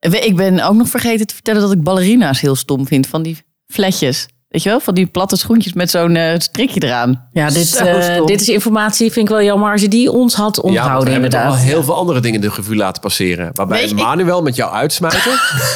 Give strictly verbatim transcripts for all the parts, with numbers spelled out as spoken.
Ik ben ook nog vergeten te vertellen dat ik ballerina's heel stom vind. Van die fletjes. Weet je wel? Van die platte schoentjes met zo'n uh, strikje eraan. Ja, dit, uh, dit is informatie, vind ik wel jammer als je die ons had onthouden. Ja, we hebben toch wel heel veel andere dingen de revue laten passeren. Waarbij Weet, Manuel ik... met jou uitsmijten.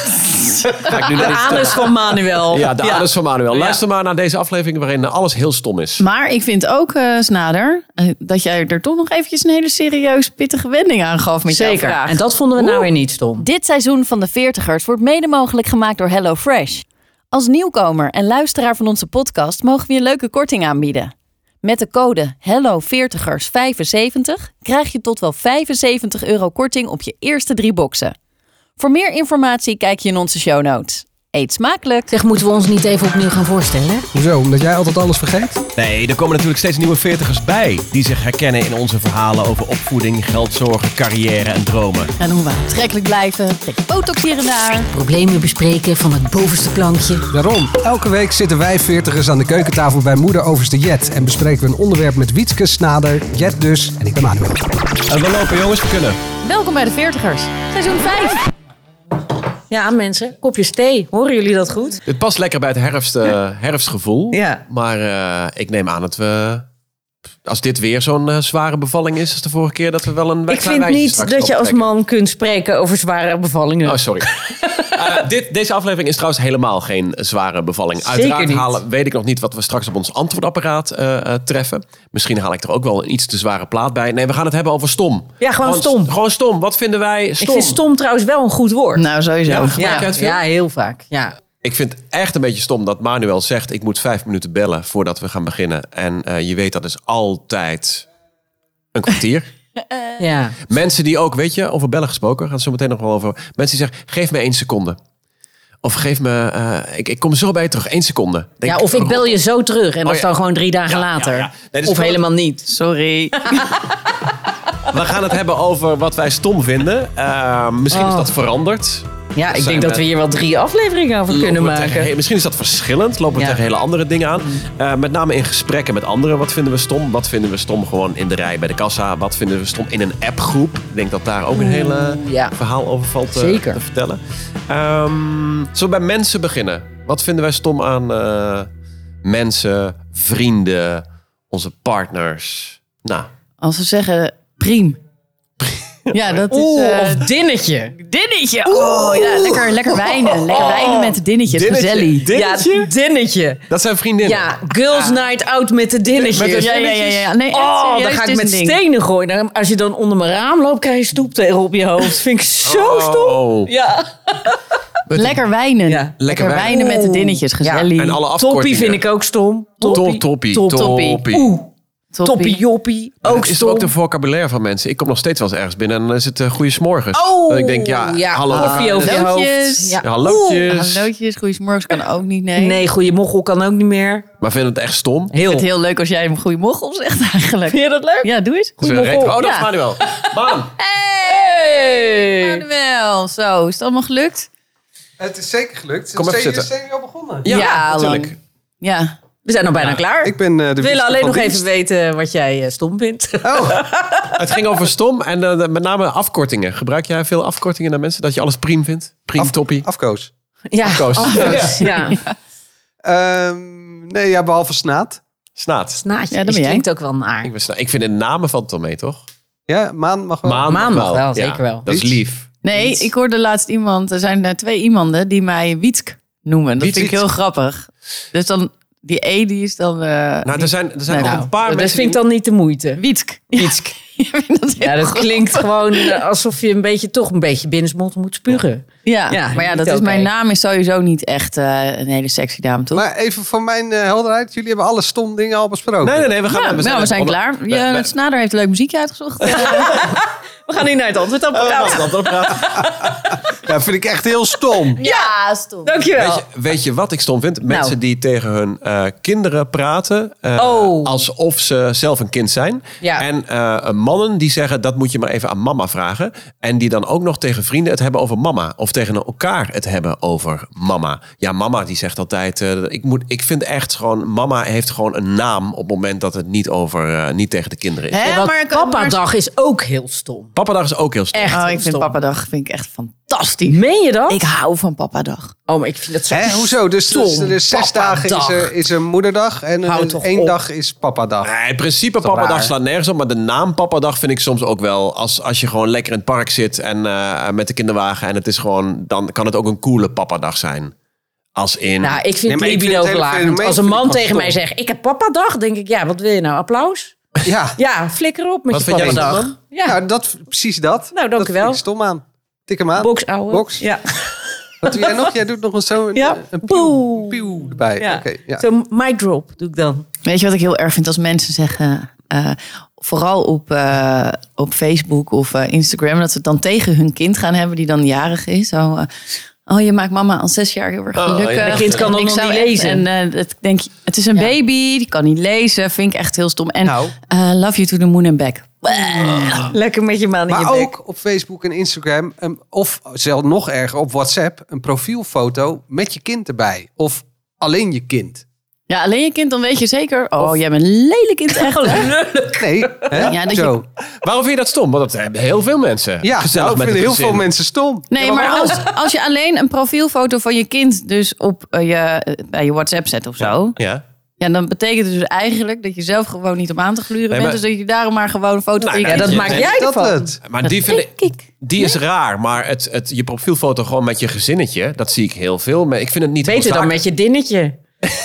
Ga nu de anus van Manuel. Ja, de ja. anus van Manuel. Luister ja. maar naar deze aflevering waarin alles heel stom is. Maar ik vind ook, uh, Snader, uh, dat jij er toch nog eventjes een hele serieus pittige wending aan gaf met Zeker. jouw vraag. En dat vonden we nou weer niet stom. Dit seizoen van de veertigers wordt mede mogelijk gemaakt door HelloFresh. Als nieuwkomer en luisteraar van onze podcast mogen we je een leuke korting aanbieden. Met de code hello veertigers vijfenzeventig krijg je tot wel vijfenzeventig euro korting op je eerste drie boxen. Voor meer informatie kijk je in onze show notes. Eet smakelijk. Zeg, moeten we ons niet even opnieuw gaan voorstellen? Hoezo? Omdat jij altijd alles vergeet? Nee, er komen natuurlijk steeds nieuwe veertigers bij. Die zich herkennen in onze verhalen over opvoeding, geldzorgen, carrière en dromen. En hoe we aantrekkelijk blijven. Trekken botox hier en daar. Problemen bespreken van het bovenste plankje. Daarom, elke week zitten wij veertigers aan de keukentafel bij moeder overste Jet. En bespreken we een onderwerp met Wietske, Snader, Jet dus en ik ben Manuel. En we lopen jongens, we kunnen. Welkom bij de veertigers. Seizoen vijf. Ja, mensen, kopjes thee. Horen jullie dat goed? Het past lekker bij het herfst, uh, herfstgevoel. Ja. Maar uh, ik neem aan dat we... Als dit weer zo'n uh, zware bevalling is als de vorige keer... dat we wel een Ik vind niet dat je als man kunt spreken over zware bevallingen. Oh, sorry. uh, dit, deze aflevering is trouwens helemaal geen zware bevalling. Zeker Uiteraard niet. halen, weet ik nog niet wat we straks op ons antwoordapparaat uh, uh, treffen. Misschien haal ik er ook wel een iets te zware plaat bij. Nee, we gaan het hebben over stom. Ja, gewoon, gewoon stom. Gewoon stom. Wat vinden wij stom? Ik vind stom trouwens wel een goed woord. Nou, sowieso. Ja, ja, ja, ja heel vaak. Ja. Ik vind het echt een beetje stom dat Manuel zegt... ik moet vijf minuten bellen voordat we gaan beginnen. En uh, je weet, dat is altijd een kwartier. Ja. Mensen die ook, weet je, over bellen gesproken... gaan het zo meteen nog wel over... Mensen die zeggen, geef me één seconde. Of geef me, uh, ik, ik kom zo bij je terug, één seconde. Denk, ja, of ik bel je zo terug en dat oh, is ja. dan gewoon drie dagen ja, later. Ja, ja. Nee, dus of helemaal het... niet. Sorry. We gaan het hebben over wat wij stom vinden. Uh, misschien oh. is dat veranderd. Ja, ik Zijn denk we... dat we hier wel drie afleveringen over Lopen kunnen maken. Tegen, misschien is dat verschillend. Lopen we ja. tegen hele andere dingen aan. Uh, met name in gesprekken met anderen. Wat vinden we stom? Wat vinden we stom gewoon in de rij bij de kassa? Wat vinden we stom in een appgroep? Ik denk dat daar ook een hele ja. verhaal over valt uh, te vertellen. Um, zullen we bij mensen beginnen? Wat vinden wij stom aan uh, mensen, vrienden, onze partners? Nou. Als ze zeggen priem. Ja, dat is... Oeh, uh, of dinnetje. Dinnetje. Oh ja, lekker, lekker wijnen. Lekker wijnen met de dinnetje. Dinnetje. Gezellig. Dinnetje? Ja, dinnetje. Dat zijn vriendinnen. Ja, girls ah. night out met de dinnetjes. Met de ja, ja, ja, ja. Nee, oh, serieus, dan ga ik met stenen gooien. Als je dan onder mijn raam loopt, krijg je stoeptegel op je hoofd. Vind ik zo oh. stom. Ja. Lekker wijnen. Ja. Lekker, lekker wijnen met de dinnetjes. Gezellig. Ja. En alle afkortingen. Toppie vind ik ook stom. Toppie. Toppie. Toppie. Toppie. Oeh. Toppie joppie, ook is stom. er ook de vocabulaire van mensen. Ik kom nog steeds wel eens ergens binnen en dan is het uh, goeiemorgens. Oh, dat ik denk, ja, ja hallo. Koffie over je hoofd. Ja, ja hallootjes. Hallootjes, goeiemorgens kan ook niet, nee. Nee, goeiemoggel kan ook niet meer. Maar vind je het echt stom? Heel. Ik vind het heel leuk als jij hem goeiemoggel zegt eigenlijk. Vind je dat leuk? Ja, doe eens. Goeiemoggel. Oh, dat is ja. Manuel. Man. Hey. Manuel, zo, is het allemaal gelukt? Het is zeker gelukt. Kom even zitten. Zijn jullie al begonnen? Ja, ja natuurlijk. Lang. Ja. We zijn al bijna ja. klaar. Ik ben, uh, de we willen alleen nog dienst. even weten wat jij uh, stom vindt. Oh. Het ging over stom en uh, met name afkortingen. Gebruik jij veel afkortingen naar mensen? Dat je alles priem vindt? Priem, Af, toppie? Afkoos. Ja, afkoos. afkoos. Ja. ja. Um, nee, ja, behalve snaat. Snaat. Snaatje. Ja, dat klinkt ook wel naar. Ik, ik vind de namen van het wel mee, toch? Ja, maan mag wel. Maan, maan mag wel, wel. zeker ja, wel. Dat is lief. Nee, Wiets. ik hoorde laatst iemand, er zijn er twee iemanden die mij Wietsk noemen. Dat Wiets, vind ik heel grappig. Dus dan, die E die is dan... Uh, nou, er zijn, er zijn nee, nog nou, een paar dat mensen... Dat vind ik dan niet de moeite. Wietsk. Wietsk. dat ja, dat klinkt gewoon alsof je een beetje toch een beetje binnensmond moet spugen. Ja, ja maar ja, dat is, okay. Mijn naam is sowieso niet echt uh, een hele sexy dame, toch? Maar even voor mijn uh, helderheid. Jullie hebben alle stom dingen al besproken. Nee, nee, nee. We, gaan, ja, we zijn, nou, we zijn klaar. We, ja, we, Snader heeft een leuk muziekje uitgezocht. We gaan nu naar het antwoordapparaat. Oh, ja. Ja, vind ik echt heel stom. Ja, stom. Dankjewel. Weet je, weet je wat ik stom vind? Mensen nou. die tegen hun uh, kinderen praten uh, oh. alsof ze zelf een kind zijn. Ja. En uh, mannen die zeggen, dat moet je maar even aan mama vragen. En die dan ook nog tegen vrienden het hebben over mama. Of tegen elkaar het hebben over mama. Ja, mama die zegt altijd, uh, ik, moet, ik vind echt gewoon, mama heeft gewoon een naam op het moment dat het niet, over, uh, niet tegen de kinderen is. Hè, maar Papadag is ook heel stom. Papadag is ook heel stom. Echt oh, ik vind stom. Papadag vind ik echt fantastisch. fantastisch. Meen je dat? Ik hou van papadag. Oh, maar ik vind dat zo... Hè, hoezo? Dus, dus, dus zes Papadag. dagen is er, is er moederdag en Hou een- toch één op. dag is papadag. Nee, in principe, toch papadag raar? slaat nergens op. Maar de naam papadag vind ik soms ook wel... Als, als je gewoon lekker in het park zit en uh, met de kinderwagen... en het is gewoon... dan kan het ook een coole papadag zijn. Als in... Nou, ik vind Nee, maar ik het vind het hele libido-verlagend. fenomeen Als een vind ik man gewoon tegen mij stom. zegt, ik heb papadag, denk ik, ja, wat wil je nou? Applaus? Ja, Ja, flikker op met Wat je vind jij papadag. stom? Ja, nou, dat, precies dat. Nou, dank dat u wel. vind ik stom aan. Tik hem aan. box, ouwe. Box. Ja. Wat doe jij nog? Jij doet nog een zo een, Ja. een Boe. pieuw, pieuw erbij. Ja. Oké, ja. Zo'n mic drop doe ik dan. Weet je wat ik heel erg vind als mensen zeggen... Uh, vooral op, uh, op Facebook of uh, Instagram... dat ze het dan tegen hun kind gaan hebben die dan jarig is. Zo, uh, oh, je maakt mama al zes jaar heel erg Oh, gelukkig. ja. Het kind kan En dan ik nog zou niet echt- lezen. En uh, het, denk, het is een Ja. baby, die kan niet lezen. Vind ik echt heel stom. En Nou. uh, love you to the moon and back. Lekker met je man in je Maar bek. ook op Facebook en Instagram, um, of zelfs nog erger op WhatsApp, een profielfoto met je kind erbij. Of alleen je kind. Ja, alleen je kind, dan weet je zeker... Oh, jij bent een lelijk kind echt. hè? Nee, hè? Ja, dat Zo. Waarom vind je dat stom? Want dat hebben heel veel mensen. Ja, Gezellig nou, met vinden het heel veel gezin. mensen stom. Nee, Ja, maar maar waarom? als, als je alleen een profielfoto van je kind... dus op uh, je, uh, bij je WhatsApp zet of zo... Ja. Ja, dan betekent het dus eigenlijk dat je zelf gewoon niet op aan te gluren Nee, bent. maar- Dus dat je daarom maar gewoon een foto Nou, van je ja, kind dat je- maak je- jij Dat ervan. het. Maar die, vind ik, denk ik. die is raar. Maar het, het, je profielfoto gewoon met je gezinnetje... dat zie ik heel veel. Maar ik vind het niet heel Beter dan zakelijk. met je dinnetje.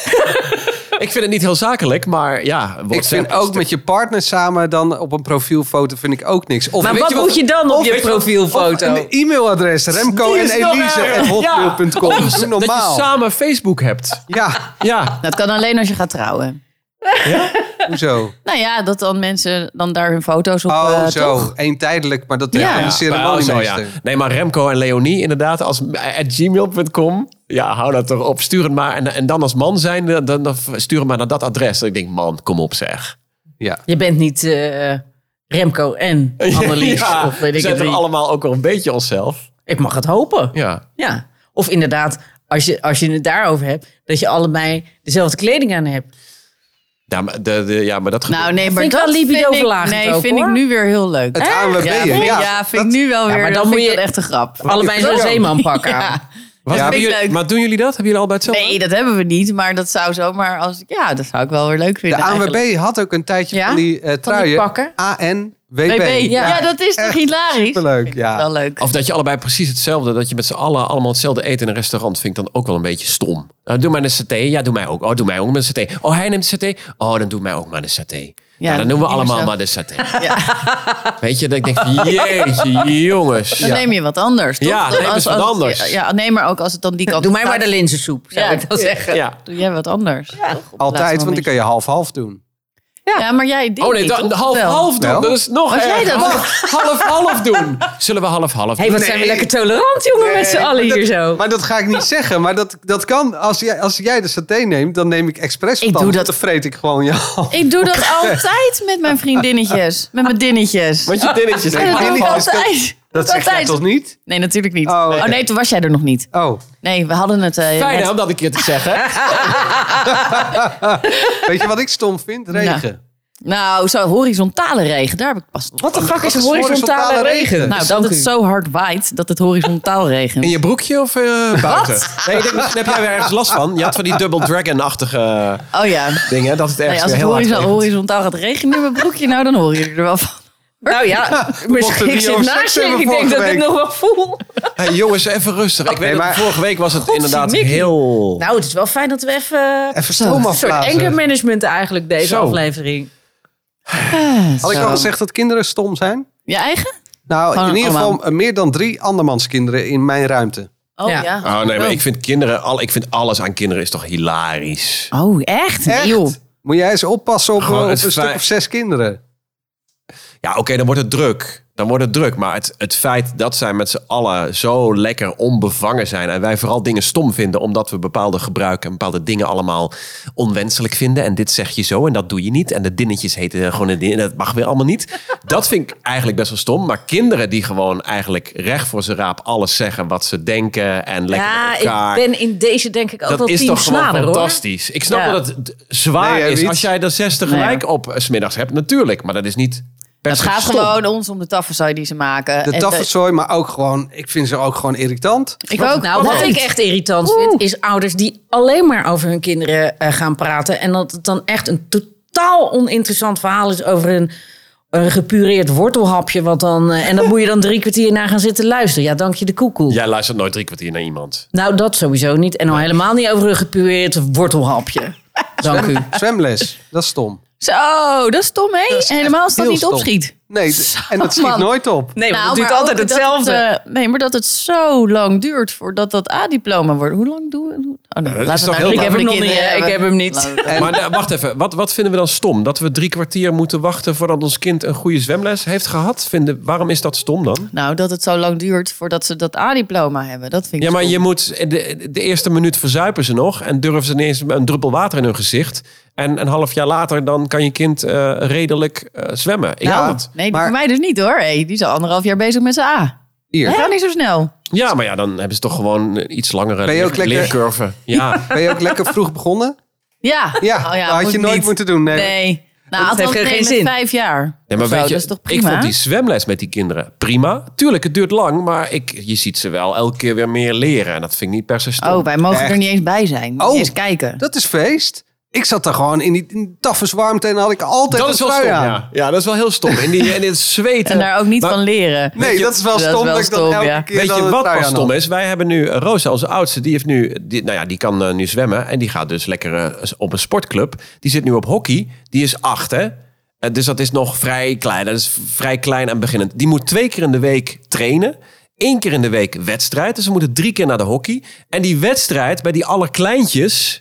Ik vind het niet heel zakelijk, maar ja... Ik WhatsApp vind is ook te- met je partner samen dan op een profielfoto vind ik ook niks. Of Maar weet wat je moet je dan op of je weet wat- profielfoto? of een e-mailadres, remco Die en is nog elise erger. at hotmail punt com. Ja. Doe Dat je normaal. samen Facebook hebt. Ja, Ja. Dat kan alleen als je gaat trouwen. hoezo? Nou ja, dat dan mensen dan daar hun foto's op... Oh, eh, zo. toch? Eentijdelijk, maar dat Ja. ja, Ja, de Oh, ceremoniemeester. zo, ja. Nee, maar Remco en Leonie inderdaad, als at gmail punt com. Ja, hou dat toch op. Stuur het maar. En, en dan als man zijn, dan, dan stuur het maar naar dat adres. Ik denk, man, kom op zeg. Ja. Je bent niet uh, Remco en Annelies. Ja, of weet we ik zijn het toch wie. allemaal ook wel een beetje onszelf. Ik mag het hopen. Ja. Ja. Of inderdaad, als je, als je het daarover hebt, dat je allebei dezelfde kleding aan hebt. Ja, maar, de, de, ja, maar dat Nou nee, maar Vind ik dat wel vind ik, libido-verlagend nee, ook, vind hoor. ik nu weer heel leuk. Het A N W B. Ja, vind, ik- ja, vind ik nu wel weer. maar dan dan moet vind ik je- dat echt een grap. Allebei zo'n zeemanpak aan. Ja. Wat, Ja, hebben vind ik jullie- leuk. maar doen jullie dat? Hebben jullie al bij hetzelfde? Nee, dat hebben we niet. Maar dat zou zomaar als... Ja, dat zou ik wel weer leuk De vinden A N W B eigenlijk. had ook een tijdje Ja? van die uh, truien. pakken? A N W B. W B. Ja. Ja. dat is toch Echt hilarisch? superleuk, ja. Wel leuk. Of dat je allebei precies hetzelfde, dat je met z'n allen allemaal hetzelfde eten in een restaurant, vind ik dan ook wel een beetje stom. Uh, doe maar een saté. Ja, doe mij ook. Oh, doe mij ook met een saté. Oh, hij neemt saté. Oh, dan doe mij ook maar een saté. Ja, Ja, dan doen we niet allemaal meer zo. maar de saté. Ja. Weet je, dat ik denk van, jeetje, jongens. Dan neem je wat anders, toch? Ja, Dan neem eens wat anders. Ja, nee, maar ook als het dan die kant Doe op mij maar gaat. de linzensoep, zou Ja. ik dan zeggen. Ja. Doe jij wat anders. Toch? Op het Altijd, laatste want dan moment. kan je half-half doen. Ja, maar jij dit Oh nee, niet, dan toch? half Wel. half doen. Wel. Dat is nog Als jij erger. dat- Half half, half doen. Zullen we half half Hé, doen? wat zijn we lekker tolerant, jongen, met z'n allen hier zo. Maar dat ga ik niet zeggen. Maar dat, dat kan. Als jij, als jij de saté neemt, dan neem ik expres wat Ik doe anders. dat- Dan vreet ik gewoon jou. Ik doe dat altijd met mijn vriendinnetjes. Met mijn dinnetjes. Want je dinnetjes. Nee, Ja, dat doe ik dinnetjes, dat- altijd. Dat zeg jij altijd. toch niet? Nee, natuurlijk niet. Oh, oké. Oh nee, toen was jij er nog niet. Oh, Nee, we hadden het... eh, Fijn net- hè, om dat een keer te zeggen. weet je wat ik stom vind? Regen. Nou, zo horizontale regen, daar heb ik pas... Wat de fuck is is een horizontale horizontale regen? regen? Nou, dank dat u. het zo hard waait dat het horizontaal regent. In je broekje of uh, buiten? Nee, ik denk, misschien heb jij weer ergens last van. Je had van die Double Dragon-achtige Oh ja. dingen. Dat het ergens Nee, als weer het heel hard horizo- regent. horizontaal gaat regenen in mijn broekje, nou dan hoor je er wel van. Nou ja, mochten misschien het ik niet zit over naast seks je. hebben Ik denk vorige dat ik week. nog wel voel. Hey, jongens, even rustig. Ik weet Nee, dat maar- vorige week was het inderdaad Godzijdank. heel... Nou, het is wel fijn dat we even... Even stroom een soort afblazen. anger management eigenlijk, deze Zo. aflevering. Had ik al gezegd dat kinderen stom zijn? Je eigen? Nou, Gewoon in ieder allemaal. geval uh, meer dan drie andermans kinderen in mijn ruimte. Oh Ja. ja. Oh nee, maar ik vind kinderen, al, ik vind alles aan kinderen is toch hilarisch. Oh, echt? Echt? Nee, joh. Moet jij eens oppassen op, Gewoon op een het stuk feit- of zes kinderen? Ja, oké, dan wordt het druk. Dan wordt het druk. Maar het, het feit dat zij met z'n allen zo lekker onbevangen zijn... en wij vooral dingen stom vinden... omdat we bepaalde gebruiken en bepaalde dingen allemaal onwenselijk vinden... en dit zeg je zo en dat doe je niet... en de dinnetjes heten gewoon een din, dat mag weer allemaal niet. Dat vind ik eigenlijk best wel stom. Maar kinderen die gewoon eigenlijk recht voor zijn raap... alles zeggen wat ze denken en lekker Ja, met elkaar... ik ben in deze denk ik ook wel Dat is team toch gewoon Snader, hoor. fantastisch. Ik snap Ja. dat het d- zwaar Nee, hè, is Wiet? als jij er zes tegelijk op 's middags hebt. Natuurlijk, maar dat is niet Het gaat Stop. gewoon ons om de tafelzooi die ze maken. De En tafelzooi, maar ook gewoon... Ik vind ze ook gewoon irritant. Ik ook. Nou, wat ik echt irritant vind, is ouders die alleen maar over hun kinderen uh, gaan praten. En dat het dan echt een totaal oninteressant verhaal is over een, een gepureerd wortelhapje. Wat dan, uh, en dan moet je dan drie kwartier naar gaan zitten luisteren. Ja, dank je de koekoe. Jij luistert nooit drie kwartier naar iemand. Nou, dat sowieso niet. En al helemaal niet over een gepureerd wortelhapje. Dank u. Zwemles, dat is stom. Zo, dat is stom, hè? Dat is Helemaal als dat heel niet stom. opschiet. Nee, d- en dat schiet man. nooit op. Nee, want Nou, het duurt maar altijd ook dat hetzelfde. het, uh, nee, maar dat het zo lang duurt voordat dat A-diploma wordt. Hoe lang doen we? Oh, nee, dat laten is we toch nou heel niet Ik heb over hem de nog niet. kinderen Ik hebben. heb hem niet. En- Maar uh, wacht even, wat, wat vinden we dan stom? Dat we drie kwartier moeten wachten voordat ons kind een goede zwemles heeft gehad? Vinden, waarom is dat stom dan? Nou, dat het zo lang duurt voordat ze dat A-diploma hebben. Dat vind ik Ja, maar stom. je moet de, de eerste minuut verzuipen ze nog en durven ze ineens een druppel water in hun gezicht. En een half jaar later dan kan je kind uh, redelijk uh, zwemmen. Ik Ja. kan het. Nee, Maar- voor mij dus niet hoor. Hey, die is al anderhalf jaar bezig met zijn A. Hier. Dat gaat niet zo snel. Ja, maar ja, dan hebben ze toch gewoon uh, iets langere Ben je ook leer- lekker- leercurve. Ja. Ben je ook lekker vroeg begonnen? Ja, Ja, Oh dat had moet je nooit niet. moeten doen. Nee. Nee. Nou, Dat heeft althans, geen nee, met zin. vijf jaar. Nee, maar Of zo, weet je, dat is toch ik prima? vond die zwemles met die kinderen prima. Tuurlijk, het duurt lang, maar ik, je ziet ze wel elke keer weer meer leren. En dat vind ik niet per se stom. Oh, wij mogen Echt? er niet eens bij zijn. Moet Oh. je eens kijken. Dat is feest. Ik zat daar gewoon in die, in die taffe warmte en dan had ik altijd dat een is wel trui stom, aan. ja. Ja, dat is wel heel stom. In, die, in dit zweten. En daar ook niet Maar- van leren. Nee, dat is wel Dat is stom wel dat ik dan stom, elke ja. keer Weet dan je een wat trui pas aan stom had. is? Wij hebben nu, Rosa, onze oudste, die, heeft nu, die, nou ja, die kan uh, nu zwemmen. En die gaat dus lekker uh, op een sportclub. Die zit nu op hockey. Die is acht, hè? Uh, dus dat is nog vrij klein. Dat is vrij klein en beginnend. Die moet twee keer in de week trainen. Eén keer in de week wedstrijd. Dus ze moeten drie keer naar de hockey. En die wedstrijd bij die allerkleintjes...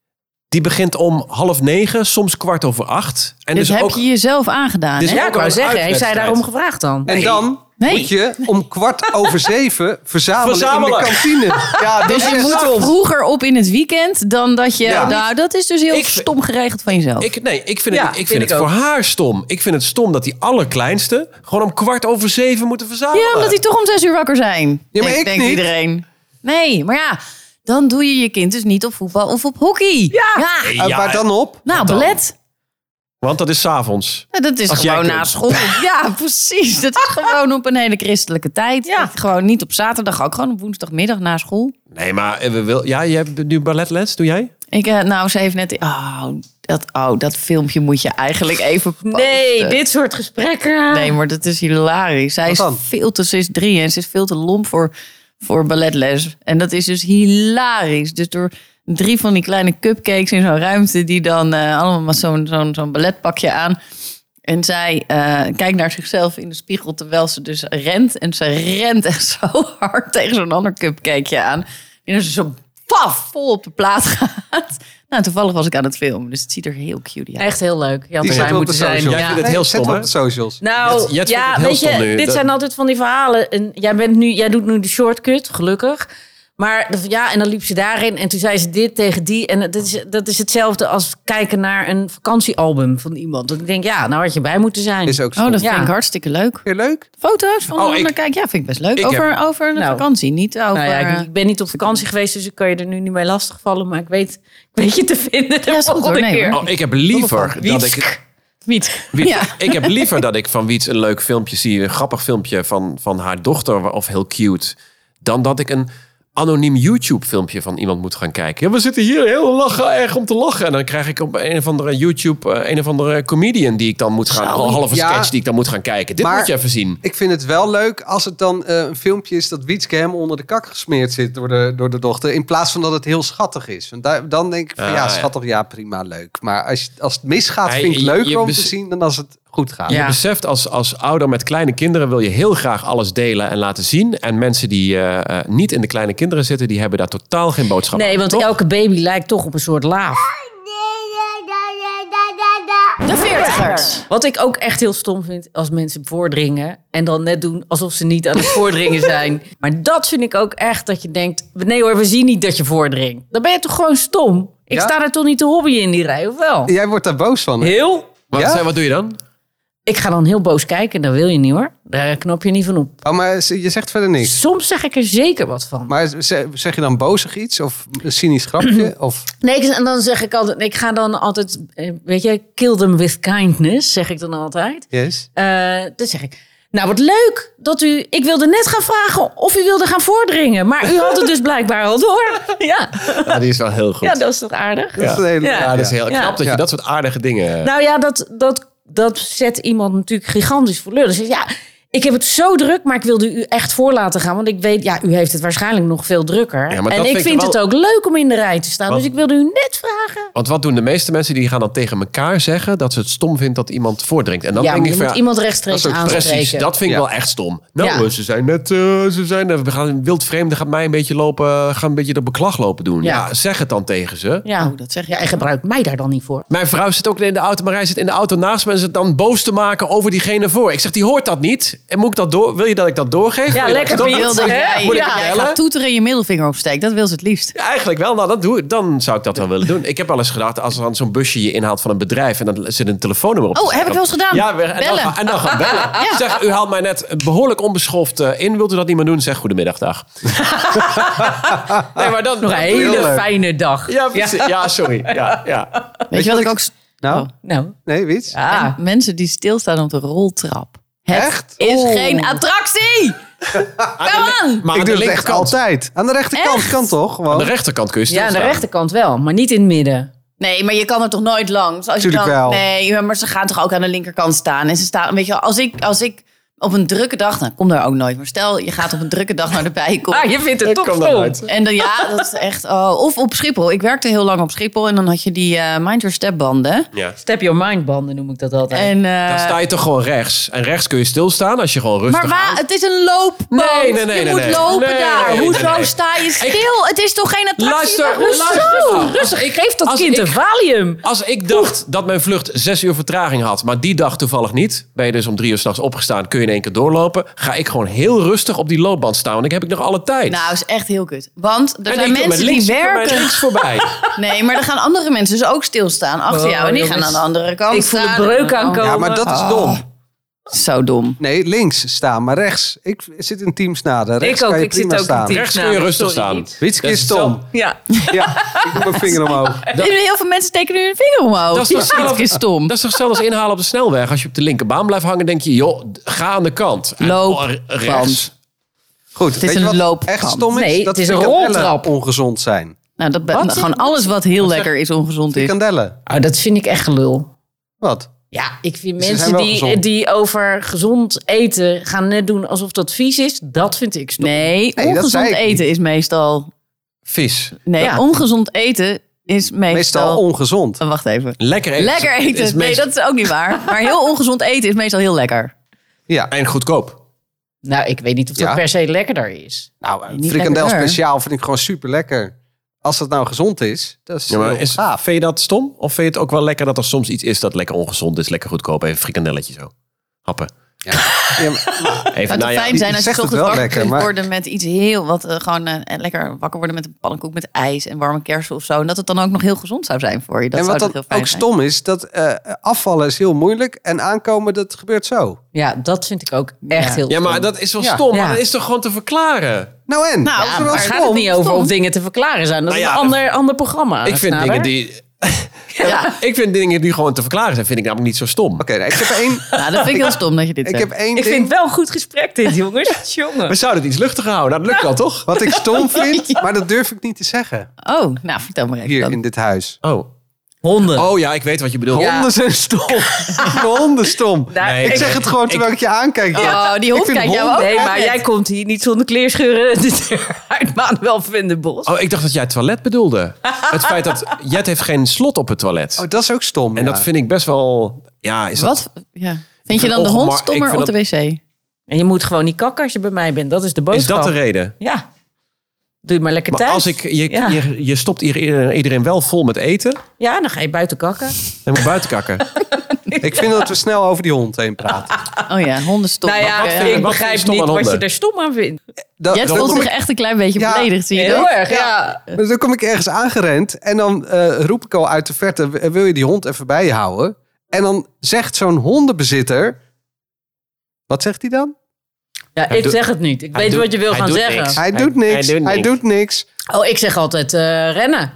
die begint om half negen, soms kwart over acht. En Dus dus heb ook, je jezelf aangedaan, Dus hè? ja, Ja, ik wou een zeggen, heeft zij uitwedstrijd. daarom gevraagd dan? En dan Nee. moet je om kwart over zeven verzamelen, Verzamelen. in de kantine. Ja, dat Dus je is moet stom. vroeger op in het weekend dan dat je... Ja. Nou, dat is dus heel Ik- stom geregeld van jezelf. Ik, nee, ik vind Ja, het, ik vind vind ik het ook. voor haar stom. Ik vind het stom dat die allerkleinste gewoon om kwart over zeven moeten verzamelen. Ja, omdat die toch om zes uur wakker zijn. Ja, maar ik denkt niet. iedereen. Nee, maar ja, dan doe je je kind dus niet op voetbal of op hockey. Ja. Nee, Uh, ja, waar dan op? Nou, dan? ballet. Want dat is 's avonds. Ja, dat is Als jij gewoon na kunt. school. Ja, precies. Dat is gewoon op een hele christelijke tijd. Ja. Gewoon niet op zaterdag, ook gewoon op woensdagmiddag na school. Nee, maar eh, we wil, ja, je hebt nu balletles, doe jij? Ik, eh, nou, ze heeft net... Oh dat, oh, dat filmpje moet je eigenlijk even Nee, posten. dit soort gesprekken. Nee, maar dat is hilarisch. Zij Wat is dan? veel te... Ze is drie en ze is veel te lomp voor, voor balletles. En dat is dus hilarisch. Dus door drie van die kleine cupcakes in zo'n ruimte... die dan eh, allemaal met zo'n zo'n zo'n balletpakje aan... En zij eh, kijkt naar zichzelf in de spiegel terwijl ze dus rent. En ze rent echt zo hard tegen zo'n ander cupcakeje aan. En dan ze zo paf, vol op de plaat gaat. Nou, toevallig was ik aan het filmen, dus het ziet er heel cute uit. Echt heel leuk. Je had Die erbij zetten we op de moeten zijn. socials. Jij vindt het heel Zet stom, op hè? de socials. Nou, Jet- Jet vindt ja, het heel weet je, stom nu. dit Dat- zijn altijd van die verhalen. En jij, bent nu, jij doet nu de shortcut, gelukkig. Maar de- ja, en dan liep ze daarin en toen zei ze dit tegen die. En dat is, dat is hetzelfde als kijken naar een vakantiealbum van iemand. Dat ik denk, ja, nou had je bij moeten zijn. Is ook stom. Oh, dat Ja. vind ik hartstikke leuk. Weer leuk? Foto's van Oh, een ander ik- kijk, ja, vind ik best leuk. ik Over, heb- over de Nou. vakantie, niet over... Nou ja, ik, ik ben niet op vakantie geweest, dus ik kan je er nu niet mee lastigvallen. Maar ik weet, ik weet je te vinden de Ja, is goed, volgende hoor. Nee, keer. hoor. Oh, ik heb liever dat ik... Wiet. Wiet, Ja. Ik heb liever dat ik van Wiets een leuk filmpje zie, een grappig filmpje van, van haar dochter, of heel cute, dan dat ik een anoniem YouTube-filmpje van iemand moet gaan kijken. Ja, we zitten hier heel lachen, erg om te lachen. En dan krijg ik op een of andere YouTube, uh, een of andere comedian die ik dan moet gaan, Zo, een halve ja. sketch die ik dan moet gaan kijken. Dit Maar- moet je even zien. Ik vind het wel leuk als het dan eh, een filmpje is dat Wietske hem onder de kak gesmeerd zit door de, door de dochter. In plaats van dat het heel schattig is. Want daar, dan denk ik van Ah, ja, ja. schattig, ja prima, leuk. Maar als, je- als het misgaat Hey, vind ik je- leuker je om bes- te zien dan als het goed gaat. Je Ja. beseft als, als ouder met kleine kinderen wil je heel graag alles delen en laten zien. En mensen die uh, uh, niet in de kleine kinderen zitten, die hebben daar totaal geen boodschap aan. Nee, want Toch? elke baby lijkt toch op een soort laaf. De veertigers. Wat ik ook echt heel stom vind als mensen voordringen en dan net doen alsof ze niet aan het voordringen zijn. Maar dat vind ik ook echt dat je denkt, nee hoor, we zien niet dat je voordringt. Dan ben je toch gewoon stom? Ik Ja? sta er toch niet te hobbyen in die rij, of wel? Jij wordt daar boos van. Hè? Heel? Wat, Ja? wat doe je dan? Ik ga dan heel boos kijken. Dat wil je niet hoor. Daar knop je niet van op. Oh, maar je zegt verder niks. Soms zeg ik er zeker wat van. Maar zeg je dan bozig iets? Of een cynisch grapje? Of... Nee, en dan zeg ik altijd... Ik ga dan altijd... Weet je, kill them with kindness, zeg ik dan altijd. Yes. Uh, dan zeg ik... Nou, wat leuk dat u... Ik wilde net gaan vragen of u wilde gaan voordringen. Maar u had het dus blijkbaar al door. Ja. ja, die is wel heel goed. Ja, dat is toch aardig? Ja, dat is, hele... ja. ja, dat is heel knap ja. dat je dat soort aardige dingen... Nou ja, dat, dat, dat zet iemand natuurlijk gigantisch voor lul. Dus ja, ik heb het zo druk, maar ik wilde u echt voor laten gaan. Want ik weet, ja, u heeft het waarschijnlijk nog veel drukker. Ja, maar en ik vind, vind wel... het ook leuk om in de rij te staan. Want... Dus ik wilde u net vragen. Want wat doen de meeste mensen? Die gaan dan tegen elkaar zeggen dat ze het stom vindt dat iemand voordringt. En dan ja, denk ik je van, moet ja, iemand rechtstreeks aanspreken. Precies, dat vind ik ja. wel echt stom. Nou, ja. ze zijn net, uh, ze zijn, we gaan wildvreemden, gaat mij een beetje lopen, gaan een beetje de beklag lopen doen. Ja. ja, zeg het dan tegen ze. Ja, oh, dat zeg je. Ja, en gebruik mij daar dan niet voor. Mijn vrouw zit ook in de auto, maar hij zit in de auto naast me en ze dan boos te maken over diegene voor. Ik zeg, die hoort dat niet. En moet ik dat door? Wil je dat ik dat doorgeef? Ja, wil lekker dat beeld, dat hè? Moet ik Ja, het jij bellen? gaat toeteren en je middelvinger opsteekt. Dat wil ze het liefst. Ja, eigenlijk wel. Nou, dat doe ik. Dan zou ik dat wel willen doen. Ik heb wel eens gedacht, als er dan zo'n busje je inhaalt van een bedrijf en dan zit een telefoonnummer op. Oh, heb ik wel eens gedaan. Ja, en dan, Bellen. gaan, en dan gaan bellen. Ja. Zeg, u haalt mij net behoorlijk onbeschoft uh, in. Wilt u dat niet meer doen? Zeg, goedemiddag, dag. nee, maar dan... Nog een hele fijne dag. Ja, precies. Ja. ja, sorry. Ja, ja. Weet, Weet je wat ik ook... Nou? Oh. Nou. Nee, wiets? Ah. En mensen die stilstaan op de roltrap. Het Echt? is Oh. geen attractie! Come on! Maar Ik aan doe de het echt linkerkant, altijd. Aan de rechterkant Echt? kan toch? Gewoon. aan de rechterkant kun je Ja, stilstaan. aan de rechterkant wel, maar niet in het midden. Nee, maar je kan er toch nooit langs? Als Tuurlijk je dan, wel. Nee, maar ze gaan toch ook aan de linkerkant staan. En ze staan, weet je wel, als ik, als ik op een drukke dag... Nou, kom daar ook nooit. Maar stel, je gaat op een drukke dag naar de bijkom. Ah, je vindt het Ik toch kom stom. daaruit. En dan ja, dat is echt... Oh, of op Schiphol. Ik werkte heel lang op Schiphol. En dan had je die uh, Mind Your Step banden. Ja. Step your mind banden noem ik dat altijd. En, uh, Dan sta je toch gewoon rechts. En rechts kun je stilstaan als je gewoon rustig maar waar, aan- het is een loopband. Nee, nee, nee, je nee, moet nee. lopen Nee, daar. nee, nee, Hoezo nee, nee. sta je stil? Het is toch geen attractie? Luister, Maar hoezo? luister nou. Rustig, Als ik- geef dat als kind ik- een Valium. Als ik dacht dat mijn vlucht zes uur vertraging had, maar die dag toevallig niet, ben je dus om drie uur 's nachts opgestaan, kun je in één keer doorlopen, ga ik gewoon heel rustig op die loopband staan, want ik heb ik nog alle tijd. Nou, is echt heel kut. Want er En zijn ik kom met mensen links, die ik kom met werken... links voorbij. Nee, maar er gaan andere mensen dus ook stilstaan achter Oh, jou. En die jongens. gaan aan de andere kant Ik voel de staan. breuk Oh, aankomen. Ja, maar dat is dom. Zo dom. Nee, links staan, maar rechts. Ik zit in teamsnade. Rechts Ik ook, kan je ik zit prima ook in staan. team- Rechts kun je Nou, rustig sorry. staan. Wietske Dat is is stom. Ja. Ja, ik doe mijn vinger omhoog. Heel veel mensen steken nu hun vinger omhoog. Dat is toch Dat hetzelfde- is stom. Dat is toch hetzelfde als inhalen op de snelweg. Als je op de linkerbaan blijft hangen, denk je, joh, ga aan de kant. En Loopband. rechts. Goed, is weet je een wat loopkant. echt stom is? Nee, dat het is een frikandellen roltrap. ongezond zijn. Nou, dat, Wat? gewoon alles wat heel lekker is ongezond is. Frikandellen. Oh, dat vind ik echt gelul. Wat? Ja, ik vind Ze zijn mensen wel die, gezond. die over gezond eten gaan net doen alsof dat vies is. Dat vind ik stom. Nee, Nee, dat zei ongezond ik eten is meestal... Vis. Nee, Ja. ongezond eten is meestal... Meestal ongezond. Oh, wacht even. Lekker eten. Lekker is eten. Nee, meest- dat is ook niet waar. Maar heel ongezond eten is meestal heel lekker. Ja. En goedkoop. Nou, ik weet niet of dat Ja. per se lekkerder is. Nou, een niet frikandel lekkerder. speciaal vind ik gewoon super lekker. Als dat nou gezond is, dat is Ja, maar heel is, gaaf. vind je dat stom? Of vind je het ook wel lekker dat er soms iets is dat lekker ongezond is? Lekker goedkoop. Even een frikandelletje zo. Happen. Ja. Ja, maar- Het Even, zou nou toch ja, fijn zijn als je zegt het ochtends wel wakker lekker, kunt maar- worden met iets heel... wat eh, gewoon eh, lekker wakker worden met een pannenkoek met ijs en warme kersen of zo. En dat het dan ook nog heel gezond zou zijn voor je. Dat en zou wat toch dan heel fijn ook zijn. stom is, dat eh, afvallen is heel moeilijk. En aankomen, dat gebeurt zo. Ja, dat vind ik ook echt Ja. heel Ja, maar stom. dat is wel Ja. stom. Ja. Maar dat is toch gewoon te verklaren? Nou en? Nou, Dat is ja, wel maar Daar gaat stom. het niet over Stom. of dingen te verklaren zijn. Dat Nou is ja, een ander, ander programma. Ik vind Snader. dingen die... Ja. Ik vind dingen die gewoon te verklaren zijn, vind ik namelijk niet zo stom. Oké, nou, ik heb één, Nou, dat vind ik heel stom dat je dit ik zegt. heb één Ik ding. vind wel een goed gesprek dit, jongens. Jongen. We zouden het iets luchtiger houden. Nou, dat lukt wel, toch? Wat ik stom vind, maar dat durf ik niet te zeggen. Oh, nou, vertel maar even Hier dan. in dit huis. Oh. Honden. Oh ja, ik weet wat je bedoelt. Ja. Honden zijn stom. Honden stom. Daar- Nee, Ik zeg het gewoon terwijl ik je aankijk. Oh, die hond Ik vind kijkt jou honden- ook Nee, aan. maar jij komt hier niet zonder kleerscheuren de deur uit Manuel Vindenbos. Oh, ik dacht dat jij het toilet bedoelde. Het feit dat Jet heeft geen slot op het toilet. Oh, dat is ook stom. En ja. dat vind ik best wel... Ja, is dat... Wat? Ja. Vind je vind dan de hond ongemar- stommer ik vind op de wc? En je moet gewoon niet kakken als je bij mij bent. Dat is de Is boodschap. dat de reden? Ja. Doe je maar lekker Maar thuis. als ik... Je, Ja. je, je stopt iedereen, iedereen wel vol met eten. Ja, dan ga je buiten kakken. En moet buiten kakken. Ik vind dat we snel over die hond heen praten. Oh ja, honden stom. Nou ja, Oké, wat vind je- ik wat begrijp vind je stom niet aan wat je honden? er stom aan vindt. Dat, Jet dan voelt kom zich ik- echt een klein beetje Ja. beledigd, zie je dat? Heel erg, ja. Maar dan kom ik ergens aangerend en dan eh, roep ik al uit de verte, wil je die hond even bij je houden? En dan zegt zo'n hondenbezitter... Wat zegt hij dan? Ja, Hij ik doet- zeg het niet. Ik hij weet doet- wat je wil hij gaan doet zeggen. niks. Hij Hij- doet niks. hij doet Hij niks. doet niks. Oh, ik zeg altijd uh, rennen.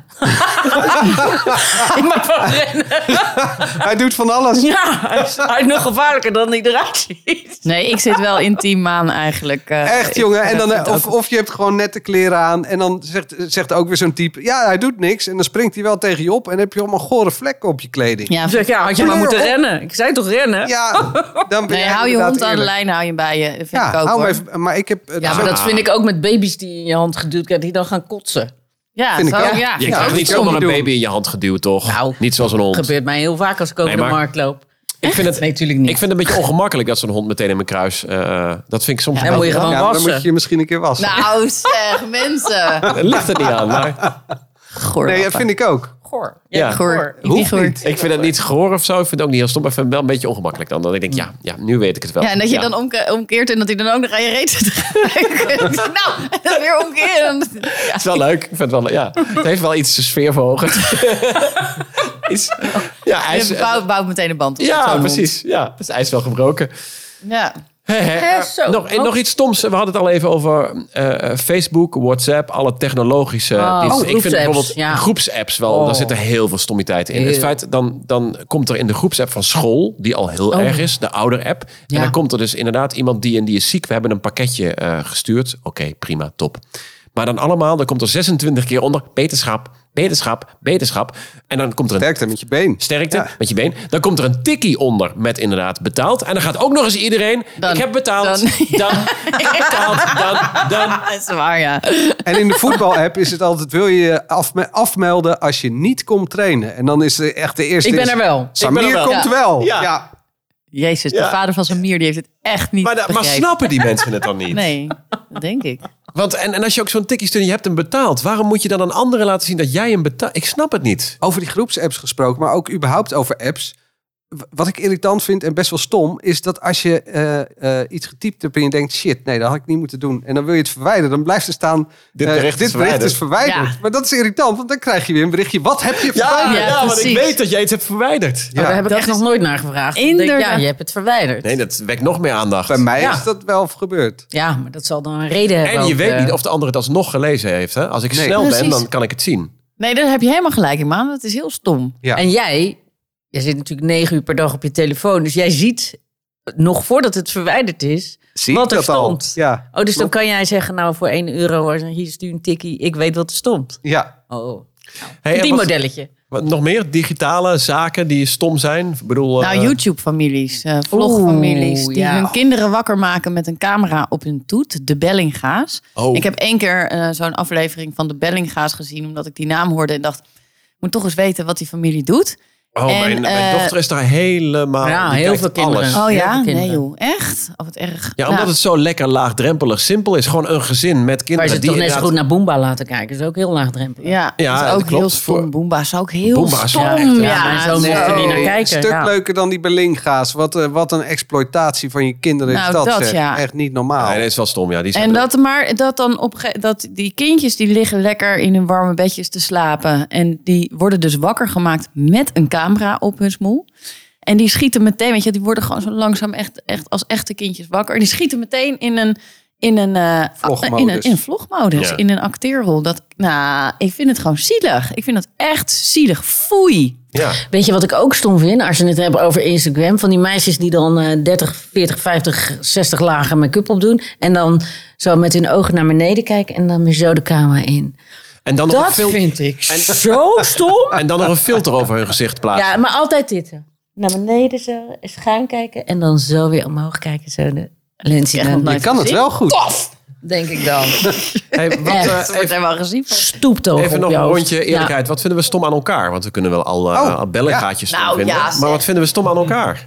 ik mag van rennen. Hij doet van alles. Ja, hij is, hij is nog gevaarlijker dan hij eruit ziet. Nee, ik zit wel intiem aan eigenlijk. Uh, Echt, jongen. En dan, vind eh, het of, ook- of je hebt gewoon nette kleren aan. En dan zegt, zegt ook weer zo'n type... Ja, hij doet niks. En dan springt hij wel tegen je op. En dan heb je allemaal gore vlekken op je kleding. Ja, Ik zeg, ja, had je maar moeten rennen. Ik zei toch rennen? Ja, dan ben nee, jij hou je inderdaad hond aan de eerlijk. lijn, hou je bij je. Dat vind Ja, ik ook, hou hoor. hem even. Maar ik heb... eh, Ja, maar dat vind ik ook met baby's die in je hand geduwd krijgen, die dan gaan kotsen. Ja, vind ik zo, ook. ja. Je Ja, krijgt dat niet kan je zomaar een doen. baby in je hand geduwd, toch? Nou, niet zoals een hond. Dat gebeurt mij heel vaak als ik over Nee, de maar- markt loop. Ik vind het, Nee, natuurlijk niet. ik vind het een beetje ongemakkelijk dat zo'n hond meteen in mijn kruis... Uh, dat vind ik soms... Ja, wel- moet je gewoon Ja, maar dan wassen. moet je je misschien een keer wassen. Nou zeg, mensen. Het ligt er niet aan, maar... Goor, nee, dat vind ik ook. Goor. Ja. Goor. Ik Hoeft niet goor. niet. Ik vind het niet goor of zo. Ik vind het ook niet heel stom. Maar ik vind het wel een beetje ongemakkelijk dan. Dat ik denk, ja, ja nu weet ik het wel. Ja, en dat je dan omke- omkeert en dat hij dan ook nog aan je reet zit. nou, en dan weer omkeren. Ja. Het is wel leuk. Ik vind het wel, ja. Het heeft wel iets sfeerverhogend. iets, ja, hij is, Je bouwt, bouwt meteen een band op. ja, zo'n hond. precies. Ja, dus hij is wel gebroken. Ja. Hè, hè. Hè, zo. Nog, en nog iets stoms. We hadden het al even over eh, Facebook, WhatsApp, alle technologische Oh, diensten. Ik vind groepsapps, bijvoorbeeld ja. groepsapps wel, Oh. daar zitten heel veel stommiteiten in. Heel. Het feit, dan, dan komt er in de groepsapp van school, die al heel Oh. erg is, de ouder-app. Ja. En dan komt er dus inderdaad iemand die en die is ziek. We hebben een pakketje eh, gestuurd. Oké, prima, top. Maar dan allemaal, dan komt er zesentwintig keer onder beterschap, beterschap, beterschap. En dan komt er een Sterkte met je been. sterkte Ja. met je been. Dan komt er een tikkie onder met inderdaad betaald. En dan gaat ook nog eens iedereen, Dan. ik heb betaald, Dan. dan, ik heb betaald, dan, dan. Dat is waar, ja. En in de voetbal-app is het altijd... wil je je afme- afmelden als je niet komt trainen. En dan is de, echt de eerste... Ik ben is- er wel. Samir Ik ben er wel. komt Ja. wel. Ja. Ja. Jezus, de Ja. vader van Samir die heeft het echt niet Maar, da- maar begrepen. snappen die mensen het dan niet? Nee, dat denk ik. Want, en, en als je ook zo'n tikkie stuurt en je hebt hem betaald... waarom moet je dan aan anderen laten zien dat jij hem betaalt? Ik snap het niet. Over die groepsapps gesproken, maar ook überhaupt over apps. W- Wat ik irritant vind en best wel stom... is dat als je eh, eh, iets getypt hebt en je denkt... shit, nee, dat had ik niet moeten doen. En dan wil je het verwijderen. Dan blijft er staan... Dit eh, bericht is dit bericht is verwijderd. verwijderd. Ja. Maar dat is irritant, want dan krijg je weer een berichtje. Wat heb je Ja, verwijderd? ja, Ja, want ik precies. weet dat jij iets hebt verwijderd. Oh, daar heb ik dat echt is- nog nooit naar gevraagd. Ik denk, Inderdaad. ja, je hebt het verwijderd. Nee, dat wekt nog meer aandacht. Bij mij Ja. is dat wel gebeurd. Ja, maar dat zal dan een reden hebben. En je ook, weet eh. niet of de ander het alsnog gelezen heeft. Hè? Als ik Nee. snel ben, Precies. dan kan ik het zien. Nee, daar heb je helemaal gelijk in, man. Dat is heel stom. Ja. En jij, jij zit natuurlijk negen uur per dag op je telefoon. Dus jij ziet nog voordat het verwijderd is, Zie wat ik er dat al? stond. Ja. Oh, dus dan kan jij zeggen, nou voor één euro, hier stuur een tikkie. Ik weet wat er stond. Ja. Oh, Hey, en die wat- modelletje. wat nog meer digitale zaken die stom zijn? Ik bedoel, Nou, eh, YouTube-families, eh, vlogfamilies... Oeh, die ja. hun kinderen wakker maken met een camera op hun toet. De Bellinga's. Oh. Ik heb één keer eh, zo'n aflevering van de Bellinga's gezien... omdat ik die naam hoorde en dacht... ik moet toch eens weten wat die familie doet. Oh, En, mijn, mijn eh, dochter is daar helemaal... Ja, die heel kijkt veel kinderen. alles. Oh Heel ja? veel Nee kinderen. joh, echt? Of het erg. Ja, omdat Nou, het zo lekker laagdrempelig simpel is. Gewoon een gezin met Waar je kinderen ze die toch net zo inderdaad- goed naar Boomba laten kijken. Dat is ook heel laagdrempelig. Ja, Ja, dat is dat ook klopt. heel stom. Voor- Boomba is ook heel Boomba is stom. wel echt, Ja, ja. maar zo nee. moet je niet naar Een kijken. stuk ja. leuker dan die Belinga's. Wat, eh, wat een exploitatie van je kinderen Nou, is dat, dat, zeg. ja. Echt niet normaal. Nee, dat is wel stom. Ja, die zijn En dat, maar dat dan op ge- dat die kindjes die liggen lekker in hun warme bedjes te slapen. En die worden dus wakker gemaakt met een camera op hun smoel. En die schieten meteen, weet je, die worden gewoon zo langzaam echt, echt als echte kindjes wakker. En die schieten meteen in een in een eh, Vlogmodus. in een, in een vlogmodus, Ja. in een acteerrol. Dat, nou, ik vind het gewoon zielig. Ik vind dat echt zielig. Foei. Ja. Weet je wat ik ook stom vind? Als je het hebt over Instagram. Van die meisjes die dan eh, dertig, veertig, vijftig, zestig lagen make-up opdoen. En dan zo met hun ogen naar beneden kijken. En dan weer zo de camera in. En dan nog een Dat fil- vind ik En- zo stom. En dan nog een filter over hun gezicht plaatsen. Ja, maar altijd dit. Naar beneden zo, schuin kijken. En dan zo weer omhoog kijken. Zo de lens Echt nog in. nooit Je kan het wel goed. Denk ik dan. Hey, wat, Echt. eh, Dat wordt helemaal gezien. Stoeptoog even op nog je een hoofd. rondje eerlijkheid. Wat vinden we stom aan elkaar? Want we kunnen wel al, uh, Oh, al bellengaatjes ja. stom Nou, vinden. ja, zeg. maar wat vinden we stom aan elkaar?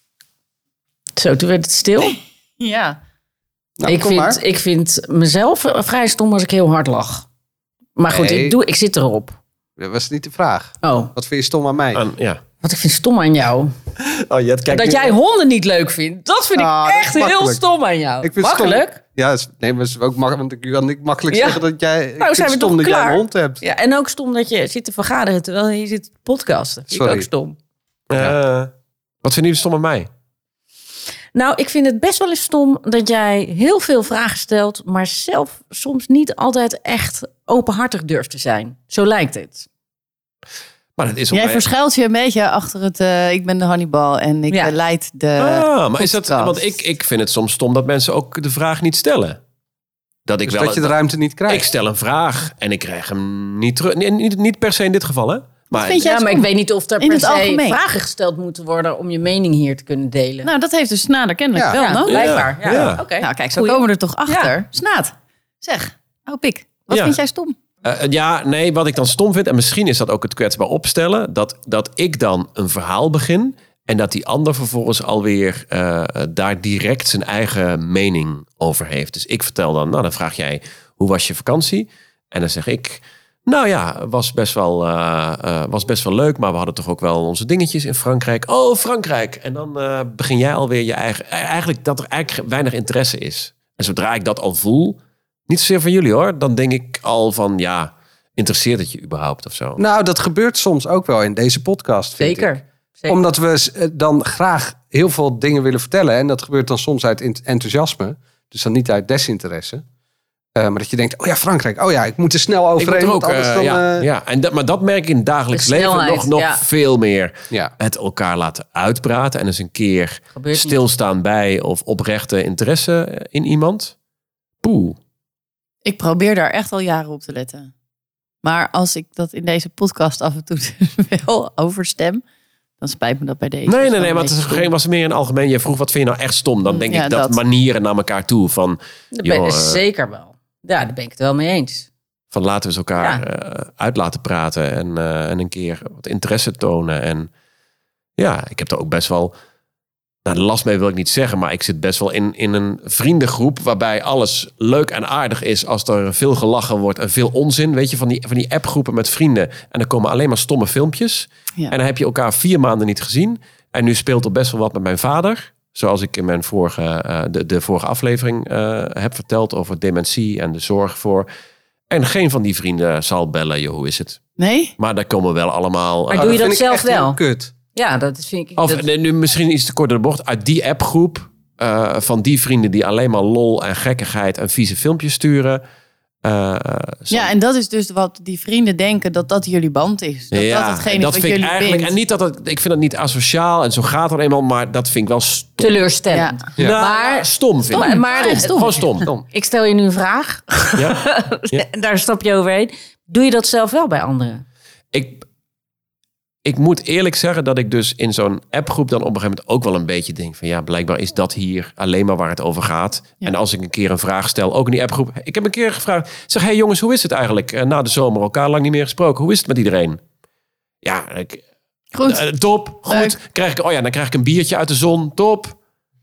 Ja. Zo, toen werd het stil. Ja. Nou, ik, kom vind, maar. ik vind mezelf vrij stom als ik heel hard lach. Maar goed, Nee. ik, doe, ik zit erop. Dat was niet de vraag. Oh, Wat vind je stom aan mij? Aan, ja. wat ik vind stom aan jou. Oh, Jet, kijk Dat nu- jij honden niet leuk vindt. Dat vind ik Ah, dat is echt heel makkelijk. stom aan jou. Ik vind het Makkelijk. stom. Ja, dat is- nee, maar het is ook makkelijk. Want ik kan niet makkelijk Ja. zeggen dat jij. Ik Nou, vind zijn het we stom toch dat jij klaar? een hond hebt. Ja, en ook stom dat je zit te vergaderen terwijl je zit te podcasten. Vind ik Sorry. ook stom. Eh, Wat vinden jullie stom aan mij? Nou, ik vind het best wel eens stom dat jij heel veel vragen stelt, maar zelf soms niet altijd echt openhartig durft te zijn. Zo lijkt het. Maar dat is Jij mij... verschuilt je een beetje achter het... Uh, ik ben de Hannibal en ik ja. leid de Ah, maar is dat... Want ik, ik vind het soms stom dat mensen ook de vraag niet stellen. Dat ik dus wel dat je de ruimte niet krijgt. Ik stel een vraag en ik krijg hem niet terug. Nee, niet, niet per se in dit geval, hè? Maar, vind jij ja, maar ik weet niet of er in per se algemeen. vragen gesteld moeten worden om je mening hier te kunnen delen. Nou, dat heeft dus Snader kennelijk ja. wel ja, nodig. Blijkbaar. Ja. Ja. Okay. Nou, kijk, zo Goeie. komen we er toch achter. Ja. Snaad, zeg, hou pik. Wat ja. vind jij stom? Uh, ja, nee, wat ik dan stom vind, en misschien is dat ook het kwetsbaar opstellen, dat, dat ik dan een verhaal begin en dat die ander vervolgens alweer uh, daar direct zijn eigen mening over heeft. Dus ik vertel dan, nou dan vraag jij, hoe was je vakantie? En dan zeg ik, nou ja, was best wel, uh, uh, was best wel leuk, maar we hadden toch ook wel onze dingetjes in Frankrijk. Oh, Frankrijk! En dan uh, begin jij alweer je eigen, eigenlijk dat er eigenlijk weinig interesse is. En zodra ik dat al voel, niet zozeer van jullie hoor, dan denk ik al van, ja, interesseert het je überhaupt of zo? Nou, dat gebeurt soms ook wel in deze podcast, vind Zeker. ik. Zeker. Omdat we dan graag heel veel dingen willen vertellen. En dat gebeurt dan soms uit enthousiasme. Dus dan niet uit desinteresse. Uh, maar dat je denkt, oh ja, Frankrijk. Oh ja, ik moet er snel overheen. Ik moet er ook, uh, dan, ja, uh... ja. En dat, maar dat merk ik in het dagelijks leven nog, nog ja. veel meer. Ja. Het elkaar laten uitpraten. En eens een keer gebeurt stilstaan niet. bij of oprechte interesse in iemand. Poeh. Ik probeer daar echt al jaren op te letten. Maar als ik dat in deze podcast af en toe wel overstem, dan spijt me dat bij deze. Nee, nee, nee, maar het is geen, was meer in het algemeen. Je vroeg, wat vind je nou echt stom? Dan denk ja, ik dat, dat manieren naar elkaar toe. Van, dat ben, joh, zeker wel. Ja, daar ben ik het wel mee eens. Van laten we eens elkaar ja. uh, uit laten praten en, uh, en een keer wat interesse tonen. En ja, ik heb er ook best wel... Nou, last mee wil ik niet zeggen, maar ik zit best wel in, in een vriendengroep waarbij alles leuk en aardig is als er veel gelachen wordt en veel onzin. Weet je, van die, van die appgroepen met vrienden. En er komen alleen maar stomme filmpjes. Ja. En dan heb je elkaar vier maanden niet gezien. En nu speelt er best wel wat met mijn vader. Zoals ik in mijn vorige, uh, de, de vorige aflevering uh, heb verteld over dementie en de zorg voor. En geen van die vrienden zal bellen, joh, hoe is het? Nee? Maar daar komen wel allemaal... Maar doe je dat, dat zelf wel? Kut. Ja, dat vind ik... Of dat... nu misschien iets te kort door de bocht. Uit die appgroep uh, van die vrienden die alleen maar lol en gekkigheid en vieze filmpjes sturen. Uh, ja, en dat is dus wat die vrienden denken dat dat jullie band is. Dat ja, dat hetgene dat wat vind jullie ik eigenlijk. bindt. En niet dat het, ik vind dat niet asociaal en zo gaat het eenmaal, maar dat vind ik wel stom. Teleurstellend. Ja. Ja. Maar stom vind ik. Maar, maar stom. Stom. Gewoon stom. stom. Ik stel je nu een vraag. Ja? Ja. Daar stap je overheen. Doe je dat zelf wel bij anderen? Ik, ik moet eerlijk zeggen dat ik dus in zo'n appgroep dan op een gegeven moment ook wel een beetje denk van ja, blijkbaar is dat hier alleen maar waar het over gaat. Ja. En als ik een keer een vraag stel, ook in die appgroep. Ik heb een keer gevraagd, zeg, hey jongens, hoe is het eigenlijk? Uh, na de zomer elkaar lang niet meer gesproken. Hoe is het met iedereen? Ja, ik, goed. Uh, top, goed. Leuk. Krijg ik, oh ja, dan krijg ik een biertje uit de zon, top.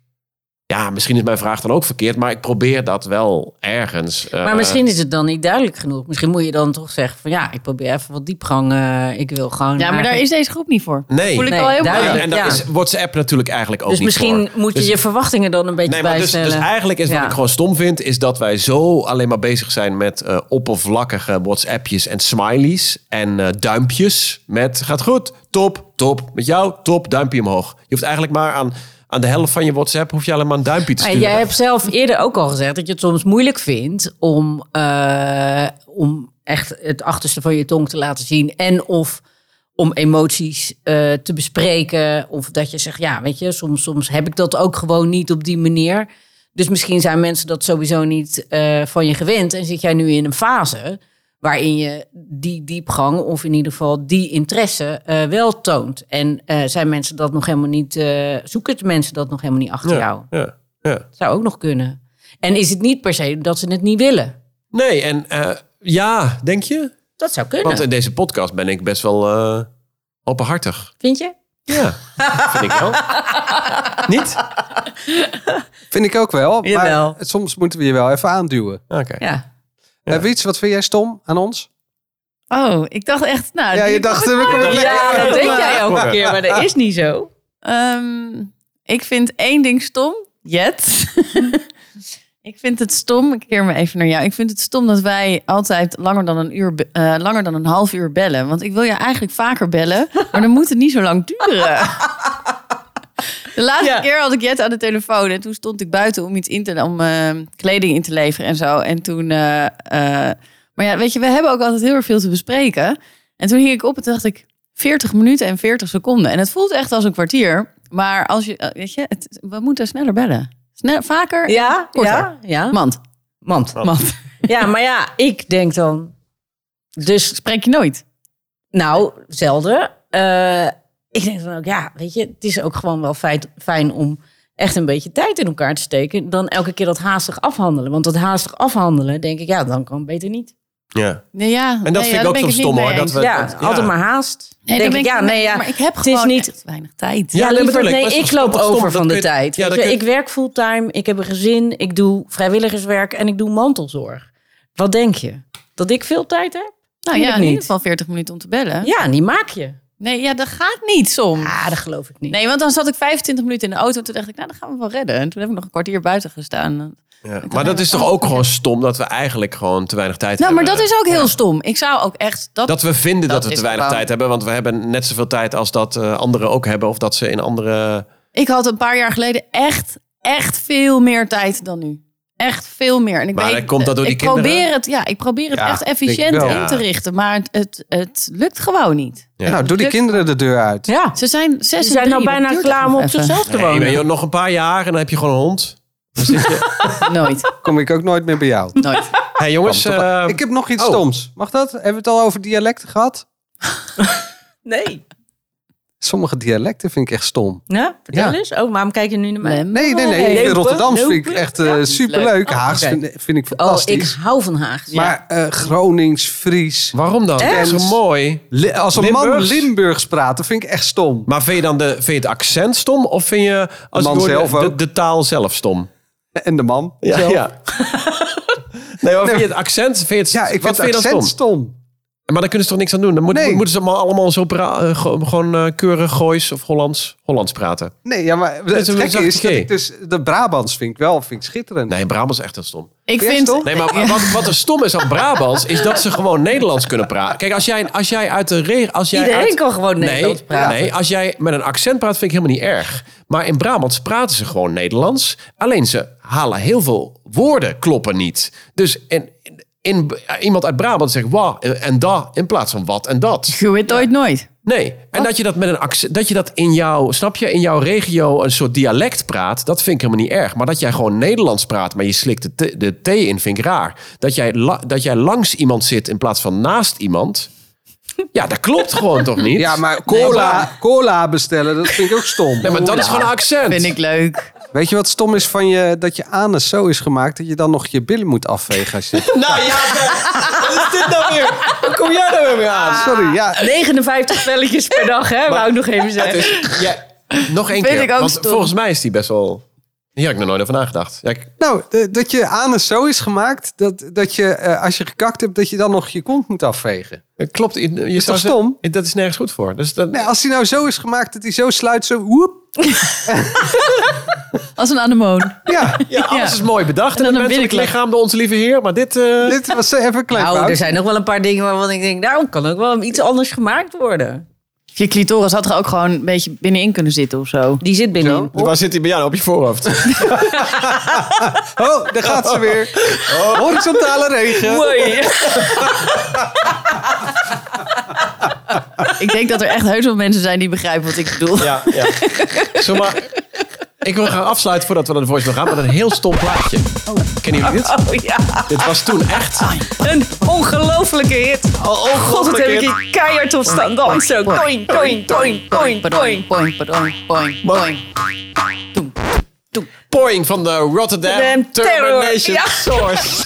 Ja, misschien is mijn vraag dan ook verkeerd, maar ik probeer dat wel ergens. Uh... Maar misschien is het dan niet duidelijk genoeg. Misschien moet je dan toch zeggen van ja, ik probeer even wat diepgang. Uh, ik wil gewoon. Ja, maar eigenlijk... daar is deze groep niet voor. Nee, voel ik nee, al helemaal. En, en daar ja. is WhatsApp natuurlijk eigenlijk ook dus niet voor. Dus misschien moet je dus, je verwachtingen dan een beetje nee, maar bijstellen. Dus, dus eigenlijk is ja. wat ik gewoon stom vind, is dat wij zo alleen maar bezig zijn met uh, oppervlakkige WhatsAppjes en smileys en uh, duimpjes met gaat goed, top, top, met jou, top, duimpje omhoog. Je hoeft eigenlijk maar aan. Aan de helft van je WhatsApp hoef je alleen maar een duimpje te sturen. Jij hebt zelf eerder ook al gezegd dat je het soms moeilijk vindt om, uh, om echt het achterste van je tong te laten zien. En of om emoties uh, te bespreken. Of dat je zegt, ja, weet je, soms, soms heb ik dat ook gewoon niet op die manier. Dus misschien zijn mensen dat sowieso niet uh, van je gewend. En zit jij nu in een fase waarin je die diepgang of in ieder geval die interesse uh, wel toont. En uh, zijn mensen dat nog helemaal niet... Uh, zoeken mensen dat nog helemaal niet achter ja, jou? Ja, ja. Zou ook nog kunnen. En is het niet per se dat ze het niet willen? Nee, en uh, ja, denk je? Dat zou kunnen. Want in deze podcast ben ik best wel uh, openhartig. Vind je? Ja, vind ik wel. Niet? Vind ik ook wel. Jawel. Maar soms moeten we je wel even aanduwen. Oké. Okay. Ja. Ja. Uh, Wiets, wat vind jij stom aan ons? Oh, ik dacht echt... Nou, ja, je dacht... We komen ja, dat denk jij ook een keer, maar dat is niet zo. Um, ik vind één ding stom. Jet. Ik vind het stom. Ik keer me even naar jou. Ik vind het stom dat wij altijd langer dan een uur, uh, langer dan een half uur bellen. Want ik wil je eigenlijk vaker bellen, maar dan moet het niet zo lang duren. De laatste Ja. keer had ik Jet aan de telefoon. En toen stond ik buiten om iets in te, om uh, kleding in te leveren en zo. En toen... Uh, uh, maar ja, weet je, we hebben ook altijd heel erg veel te bespreken. En toen hing ik op en dacht ik... veertig minuten en veertig seconden. En het voelt echt als een kwartier. Maar als je... Weet je, het, we moeten sneller bellen. Snel, vaker Ja, korter. ja, ja. Mand. Mand. Mand. Ja, maar ja, ik denk dan... Dus, Spreek je nooit? nou, zelden. Uh, ik denk dan ook, ja, weet je... Het is ook gewoon wel fijn, fijn om echt een beetje tijd in elkaar te steken... dan elke keer dat haastig afhandelen. Want dat haastig afhandelen, denk ik, ja, dan kan het beter niet. Ja. Nee, ja. En dat nee, vind ja, ik ook ben soms stom niet hoor. mee Dat eens. we, Ja, dat- altijd maar haast. Nee, denk dan ik, ben ja, ik- nee, ja. Maar ik heb Het is gewoon niet- echt weinig tijd. Ja, Ja, lieverd, natuurlijk. nee, Maar ik stom- loop stom, over dat van de kun je- tijd. ja, Weet dat je, kun je- ik werk fulltime, ik heb een gezin, ik doe vrijwilligerswerk en ik doe mantelzorg. Wat denk je? Dat ik veel tijd heb? Nou Tuurlijk ja, in niet. ieder geval veertig minuten om te bellen. Ja, die maak je. Nee, ja, dat gaat niet soms. Ah, dat geloof ik niet. Nee, want dan zat ik vijfentwintig minuten in de auto. En toen dacht ik, nou, dat gaan we wel redden. En toen heb ik nog een kwartier buiten gestaan. Ja. Maar dat is toch ook gewoon stom dat we eigenlijk gewoon te weinig tijd Nou, maar hebben. dat is ook heel stom. Ik zou ook echt... Dat, Dat we vinden dat, Dat we is te weinig gewoon- tijd hebben. Want we hebben net zoveel tijd als dat uh, anderen ook hebben. Of dat ze in andere... Ik had een paar jaar geleden echt, echt veel meer tijd dan nu. Echt veel meer. En ik Maar weet, dan komt dat door die ik kinderen? Probeer het, ja, ik probeer het Ja, echt denk ik efficiënt wel. in te richten. Maar het, het, het lukt gewoon niet. Ja. Nou, doe die kinderen de deur uit. Ja, Ze zijn zes ze en zijn nou drie, bijna dat duurt klaar om nog op even. zichzelf te Nee, wonen. ben je nog een paar jaar en dan heb je gewoon een hond. Dan zit je... Nooit, Kom ik ook nooit meer bij jou. nooit. Hey jongens, Kom, toch- uh, ik heb nog iets oh. stoms. Mag dat? Hebben we het al over dialecten gehad? Nee. Sommige dialecten vind ik echt stom. Ja, vertel Ja. eens. Oh, waarom kijk je nu naar mij? Lem. Nee, nee, nee. Leeuwen, In Rotterdam vind ik lopen. echt uh, superleuk. Oh, Haags oké. vind, vind ik Oh, fantastisch. ik hou van Haag. Maar uh, Gronings, Fries. waarom dan? Echt? Dat is zo mooi. Li- als een man Limburgs? Limburgs praat, dat vind ik echt stom. Maar vind je dan de, vind je het accent stom? Of vind je als Man ik hoor zelf de, de, ook. de taal zelf stom? En de man. Ja, zelf. ja. Nee, maar vind je het accent? Vind je het, Ja, ik wat vind het vind je dan accent stom? stom. Maar daar kunnen ze toch niks aan doen? Dan moet, Nee. moeten ze allemaal, allemaal zo pra- uh, go- gewoon uh, keurig Goois of Hollands, Hollands praten. Nee, ja, maar is het een gekke zacht is dat idee. ik dus... De Brabants vind ik wel vind ik schitterend. Nee, Brabant is echt heel stom. Ik Vind jij vind... stom? Nee, maar wat, wat er stom is aan Brabants, is dat ze gewoon Nederlands kunnen praten. Kijk, als jij, als jij uit de regio... Als jij Iedereen uit, kan gewoon Nederlands nee, praten. Nee, als jij met een accent praat, vind ik helemaal niet erg. Maar in Brabants praten ze gewoon Nederlands. Alleen ze halen heel veel woorden, kloppen niet. Dus in, in, iemand uit Brabant zegt wa en da in plaats van wat en dat. Je weet ooit nooit. Nee, en dat je dat met een accent, dat je dat in jouw, snap je, in jouw regio een soort dialect praat, dat vind ik helemaal niet erg. Maar dat jij gewoon Nederlands praat, maar je slikt de t, de t in, vind ik raar. Dat jij, la, dat jij langs iemand zit in plaats van naast iemand. Ja, dat klopt gewoon toch niet? Ja, maar cola, cola bestellen, dat vind ik ook stom. Nee, maar dat is gewoon een accent. Vind ik leuk. Weet je wat stom is van je, dat je anus zo is gemaakt dat je dan nog je billen moet afvegen als je... Nou ja, wat is dit nou weer? Hoe kom jij nou weer mee aan? Sorry, ja. negenenvijftig spelletjes per dag, hè? Wou ik nog even Het zeggen. is, ja, nog één Vind keer, ik ook want stom. volgens mij is die best wel... Hier heb ik nog nooit over nagedacht. Ja, ik- Nou, de- dat je anus zo is gemaakt dat, dat je, eh, als je gekakt hebt, dat je dan nog je kont moet afvegen. het klopt. Je, je Is zou toch stom? zeggen- Dat is nergens goed voor. Dus dat, Nee, als hij nou zo is gemaakt dat hij zo sluit, zo... Woep, Als een anemoon. ja, ja, alles Ja. is mooi bedacht. En En dan het een menselijk billenklep. lichaam, de onze lieve heer. Maar dit... eh, dit was even een klein Nou, fout. er zijn nog wel een paar dingen waarvan ik denk, nou, kan ook wel iets anders gemaakt worden. Je clitoris had er ook gewoon een beetje binnenin kunnen zitten of zo. Die zit binnenin. Waar zit hij bij jou? Op je voorhoofd. Oh, daar gaat ze weer. Horizontale regen. Mooi. Ik denk dat er echt heus wel mensen zijn die begrijpen wat ik bedoel. Ja, ja. Zullen we maar... Ik wil gaan afsluiten voordat we naar de voicemail gaan. Met een heel stom plaatje. Kennen jullie dit? Oh ja, Dit was toen echt... een ongelofelijke hit. Oh, God, dat heb ik hier keihard tot staan dansen. Koing, koing, koing, koing, koing. Poing, poing, poing, poing. Poing van de Rotterdam Rotterdam Terror. Termination Ja. Source.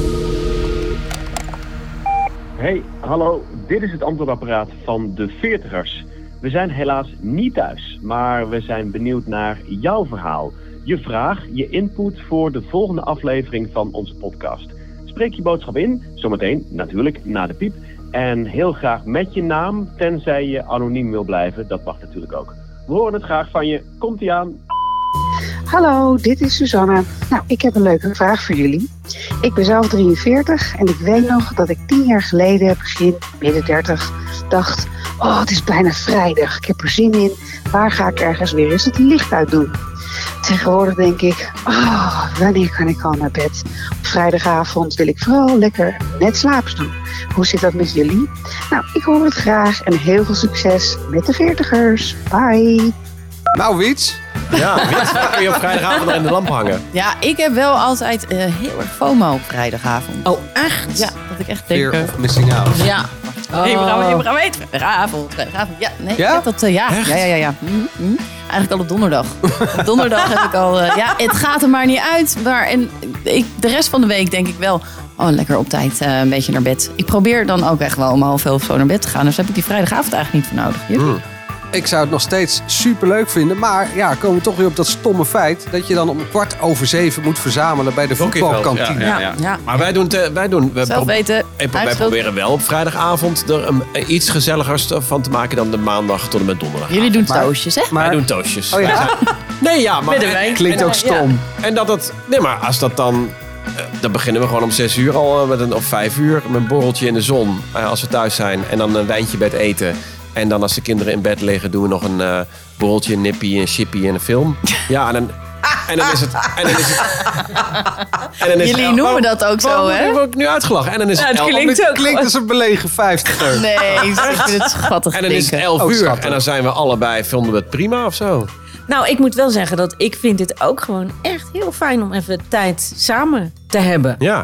Hey, hallo. Dit is het antwoordapparaat van de veertigers. We zijn helaas niet thuis, maar we zijn benieuwd naar jouw verhaal. Je vraag, je input voor de volgende aflevering van onze podcast. Spreek je boodschap in, zometeen natuurlijk na de piep. En heel graag met je naam, tenzij je anoniem wil blijven. Dat mag natuurlijk ook. We horen het graag van je. Komt-ie aan. Hallo, dit is Suzanne. Nou, ik heb een leuke vraag voor jullie. Ik ben zelf drieënveertig en ik weet nog dat ik tien jaar geleden, begin midden dertig, dacht... Oh, het is bijna vrijdag. Ik heb er zin in. Waar ga ik ergens weer eens het licht uit doen? Tegenwoordig denk ik, oh, wanneer kan ik al naar bed? Op vrijdagavond wil ik vooral lekker net slaaps doen. Hoe zit dat met jullie? Nou, ik hoor het graag en heel veel succes met de veertigers. Bye! Nou, Wiets. Ja, Wiets, waar kun je op vrijdagavond nog in de lamp hangen? Ja, ik heb wel altijd uh, heel erg FOMO op vrijdagavond. Oh, echt? Ja, dat ik echt denk... Fear of missing out. Ja. Oh. Hey, we gaan even gaan weten. Vrijdagavond, vrijdagavond. Ja, nee, ja? Ik heb dat, uh, ja. ja, ja, ja, ja. Mm, mm. Eigenlijk al op donderdag. Op donderdag heb ik al... Uh, ja, het gaat er maar niet uit. Maar, en ik, de rest van de week denk ik wel... Oh, lekker op tijd uh, een beetje naar bed. Ik probeer dan ook echt wel om half elf of zo naar bed te gaan. Dus heb ik die vrijdagavond eigenlijk niet voor nodig. Mm. Ik zou het nog steeds superleuk vinden. Maar ja, komen we toch weer op dat stomme feit... dat je dan om kwart over zeven moet verzamelen bij de voetbalkantine. Ja, ja, ja. Ja. Maar wij doen... Te, wij doen we Zelf pro- weten. Wij, wij proberen wel op vrijdagavond er een, iets gezelligers van te maken... dan de maandag tot en met donderdag. Jullie doen toastjes, hè? Maar, wij doen toastjes. Oh ja? Nee, ja, maar... En, klinkt ook stom. Ja. En dat het... Nee, maar als dat dan... Uh, dan beginnen we gewoon om zes uur al, met een, of vijf uur... met een borreltje in de zon, uh, als we thuis zijn. En dan een wijntje bij het eten... En dan als de kinderen in bed liggen, doen we nog een uh, borreltje, een nippie, een chippy en een film. Ja, en dan, en dan is het... En dan is het en dan is Jullie het, noemen waarom, dat ook zo, hè? Waarom word ik nu uitgelachen? En dan is ja, het, het elf, klinkt, het klinkt als een belegen vijftiger. Nee, ik vind het schattig. En dan is het elf oh, uur schattig. en dan zijn we allebei, vonden we het prima of zo? Nou, ik moet wel zeggen dat ik vind het ook gewoon echt heel fijn om even tijd samen te hebben. Ja.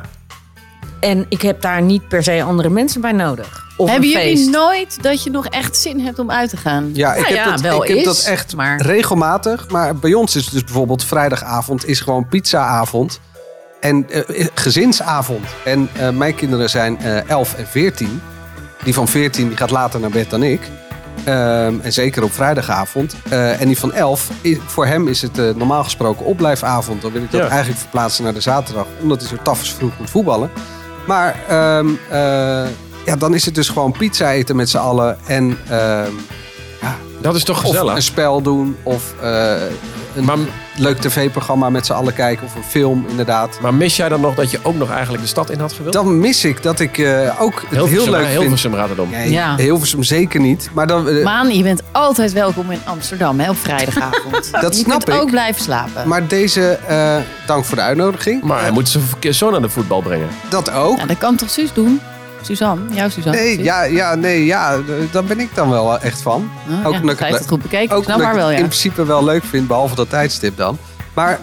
En ik heb daar niet per se andere mensen bij nodig. Of Hebben een jullie feest. nooit dat je nog echt zin hebt om uit te gaan? Ja, ik Nou heb, ja, dat, wel ik heb is, dat echt maar- regelmatig. Maar bij ons is dus bijvoorbeeld vrijdagavond is gewoon pizzaavond. En uh, gezinsavond. En uh, mijn kinderen zijn uh, elf en veertien. Die van veertien die gaat later naar bed dan ik. Um, en zeker op vrijdagavond. Uh, en die van elf, is, voor hem is het uh, normaal gesproken opblijfavond. Dan wil ik dat Ja. eigenlijk verplaatsen naar de zaterdag. Omdat hij zo tafels vroeg moet voetballen. Maar um, uh, ja, dan is het dus gewoon pizza eten met z'n allen. En um, ja, Dat is toch of gezellig? een spel doen. Of uh, een Maar, leuk tv-programma met z'n allen kijken. Of een film inderdaad. maar mis jij dan nog dat je ook nog eigenlijk de stad in had gewild? Dan mis ik dat ik uh, ook het heel Hilversum, leuk vind. Hilversum gaat het om. Nee, Ja. Hilversum zeker niet. Maar dan, uh, Maan, je bent altijd welkom in Amsterdam, hè, op vrijdagavond. Dat je snap kunt ik. ook blijven slapen. maar deze, uh, dank voor de uitnodiging. Maar hij moet zijn zoon naar de voetbal brengen. Dat ook. Ja, dat kan toch Suus doen? Suzanne, jouw Suzanne. Nee, Suus? ja, ja, nee, ja, daar ben ik dan wel echt van. Oh, ook ja, omdat ik zij het heeft het goed bekeken. Ook Snap omdat maar ik wel, het ja. in principe wel leuk vind, behalve dat tijdstip dan. Maar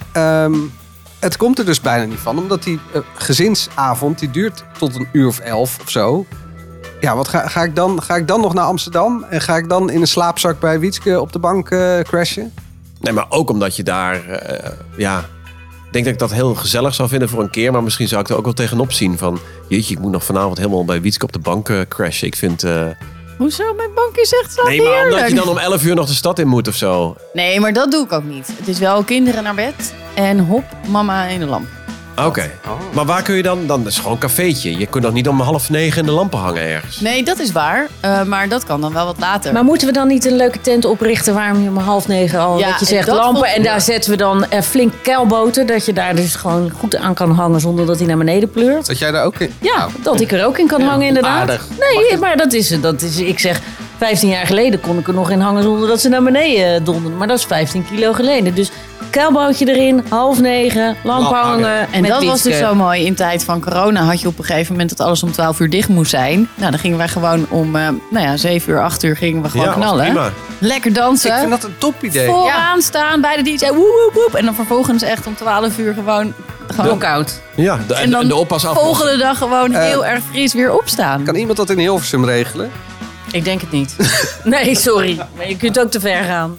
um, het komt er dus bijna niet van. Omdat die uh, gezinsavond, die duurt tot een uur of elf of zo. Ja, wat ga, ga, ik dan, ga ik dan nog naar Amsterdam? En ga ik dan in een slaapzak bij Wietske op de bank uh, crashen? Nee, maar ook omdat je daar... Uh, ja, ik denk dat ik dat heel gezellig zou vinden voor een keer. Maar misschien zou ik er ook wel tegenop zien van... Jeetje, ik moet nog vanavond helemaal bij Wietske op de bank uh, crashen. Ik vind... Uh... Hoezo? Mijn bankje zegt slaap Nee, maar omdat heerlijk. je dan om elf uur nog de stad in moet of zo. Nee, maar dat doe ik ook niet. Het is wel kinderen naar bed en hop, mama in de lamp. Oké. Okay. Oh. Maar waar kun je dan? Dan is het gewoon een cafeetje. Je kunt nog niet om half negen in de lampen hangen ergens. Nee, dat is waar. Uh, maar dat kan dan wel wat later. Maar moeten we dan niet een leuke tent oprichten waarom je om half negen al, Ja, wat je zegt, dat lampen. vond- En daar ja. zetten we dan uh, flink keilboten. Dat je daar dus gewoon goed aan kan hangen zonder dat hij naar beneden pleurt. Dat jij daar ook in... Ja, Nou, dat ik er ook in kan hangen inderdaad. aardig. Nee, maar dat is, dat is, ik zeg, vijftien jaar geleden kon ik er nog in hangen zonder dat ze naar beneden donderden. Maar dat is vijftien kilo geleden. Dus keilbootje erin, half negen, lamp Lamp hangen. hangen. En met dat was Wietske. dus zo mooi. In tijd van corona had je op een gegeven moment dat alles om twaalf uur dicht moest zijn. Nou, dan gingen wij gewoon om uh, nou ja, zeven uur, acht uur gingen we gewoon Ja, was knallen. prima. Lekker ik dansen. vind dat een top idee. Vooraan staan bij de D J. Woep, woep, woep. En dan vervolgens echt om twaalf uur gewoon... gewoon Blockout. Ja, de, en dan de oppas af. volgende dag gewoon Uh, heel erg fris weer opstaan. Kan iemand dat in Hilversum regelen? Ik denk het niet. Nee, sorry. Maar je kunt ook te ver gaan.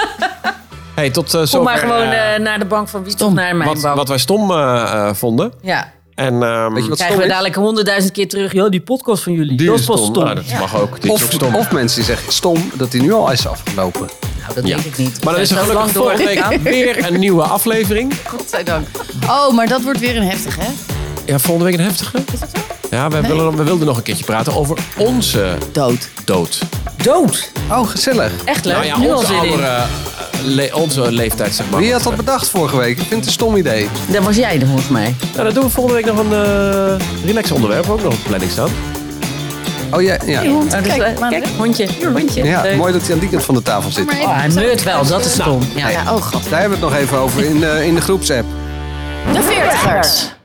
Hey, tot uh, Kom zover. maar gewoon uh, uh, naar de bank van Wietske of Stom. naar mijn wat, bank. wat wij stom uh, uh, vonden. Ja. En, um, Weet je wat Krijgen stom we is? dadelijk honderdduizend keer terug. Ja, die podcast van jullie. die dat is is pas stom. stom. Nou, dat mag ook. Die is ook Of, stom. of mensen die zeggen stom dat die nu al is afgelopen. Nou, dat Ja. denk ik niet. Maar dan is er Zo gelukkig lang volgende week doorgegaan. weer een nieuwe aflevering. Godzijdank. Oh, maar dat wordt weer een heftig, hè? Ja, volgende week een heftige. Is dat zo? Ja, wij, willen, we wilden nog een keertje praten over onze Dood. dood. Dood. Oh, gezellig. Echt leuk. Nou ja, nu al onze zin in. oudere uh, le- onze leeftijd, zeg maar. Wie had dat bedacht vorige week? Ik vind het een stom idee. Dat was jij er volgens mij. Nou, dan doen we volgende week nog een uh, relax onderwerp. Ook nog op de planning staan. Oh ja, ja. Oh, dus, Kijk, uh, maar- kijk, hondje, hondje. Ja, Leuk. mooi dat hij aan die kant van de tafel zit. Maar Oh, hij neurt wel, dat is stom. Ja. Ja, oh god. Daar hebben we het nog even over in de, in de groepsapp. De veertigers.